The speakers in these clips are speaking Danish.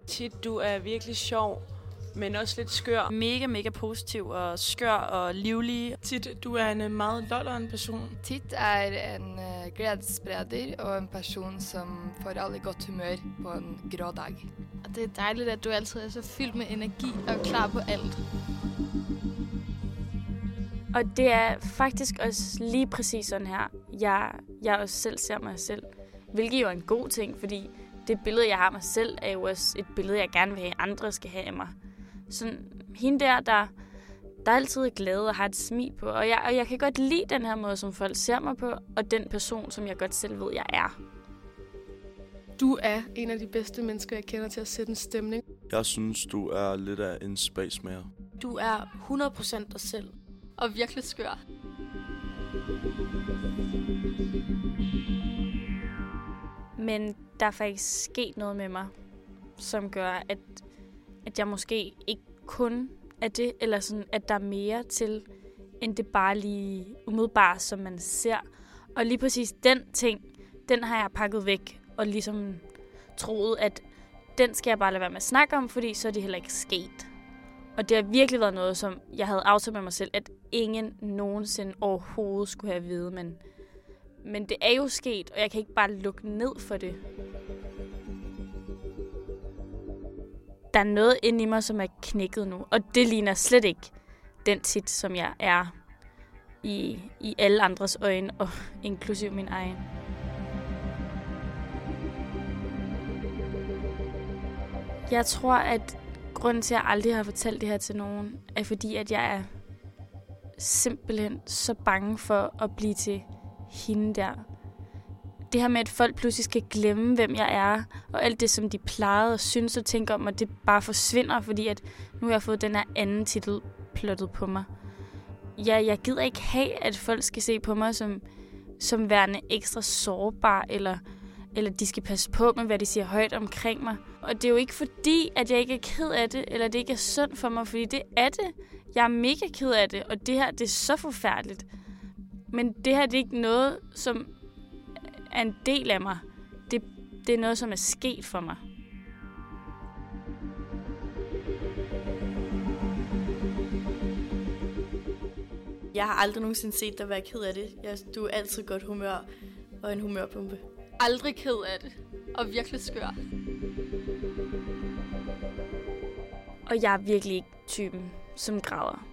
Tit, du er virkelig sjov, men også lidt skør. Mega, mega positiv og skør og livlig. Tit, du er en meget lolleren person. Tit er en glædesspreder og en person, som får alle i godt humør på en grå dag. Og det er dejligt, at du altid er så fyldt med energi og klar på alt. Og det er faktisk også lige præcis sådan her, jeg også selv ser mig selv. Hvilket jo er en god ting, fordi det billede, jeg har af mig selv, er jo også et billede, jeg gerne vil have, andre skal have af mig. Sådan hende der altid er glad og har et smil på. Og jeg kan godt lide den her måde, som folk ser mig på, og den person, som jeg godt selv ved, jeg er. Du er en af de bedste mennesker, jeg kender til at sætte en stemning. Jeg synes, du er lidt af en spasmager. Du er 100% dig selv. Og virkelig skør. Men der er faktisk sket noget med mig, som gør, at jeg måske ikke kun er det, eller sådan, at der er mere til, end det bare lige umiddelbart, som man ser. Og lige præcis den ting, den har jeg pakket væk, og ligesom troet, at den skal jeg bare lade være med at snakke om, fordi så er det heller ikke sket. Og det har virkelig været noget, som jeg havde aftalt med mig selv, at ingen nogensinde overhovedet skulle have at vide, men det er jo sket, og jeg kan ikke bare lukke ned for det. Der er noget inde i mig, som er knækket nu, og det ligner slet ikke den tit, som jeg er i alle andres øjne, og inklusiv min egen. Jeg tror, at grunden til, at jeg aldrig har fortalt det her til nogen, er fordi, at jeg er simpelthen så bange for at blive til hende der. Det her med, at folk pludselig skal glemme, hvem jeg er, og alt det, som de plejede at synes og tænke om, og det bare forsvinder, fordi at nu har jeg fået den her anden titel plottet på mig. Jeg gider ikke have, at folk skal se på mig som værende ekstra sårbar, eller de skal passe på med, hvad de siger højt omkring mig. Og det er jo ikke fordi, at jeg ikke er ked af det, eller det ikke er synd for mig, fordi det er det. Jeg er mega ked af det, og det her, det er så forfærdeligt. Men det her, det er ikke noget, som er en del af mig. Det er noget, som er sket for mig. Jeg har aldrig nogensinde set dig være ked af det. Du er altid godt humør og en humørpumpe. Aldrig ked af det. Og virkelig skør. Og jeg er virkelig ikke typen, som græder.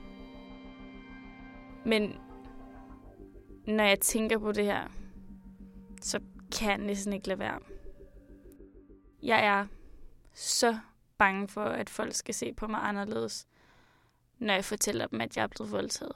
Men når jeg tænker på det her, så kan jeg næsten ikke lade være. Jeg er så bange for, at folk skal se på mig anderledes, når jeg fortæller dem, at jeg er blevet voldtaget.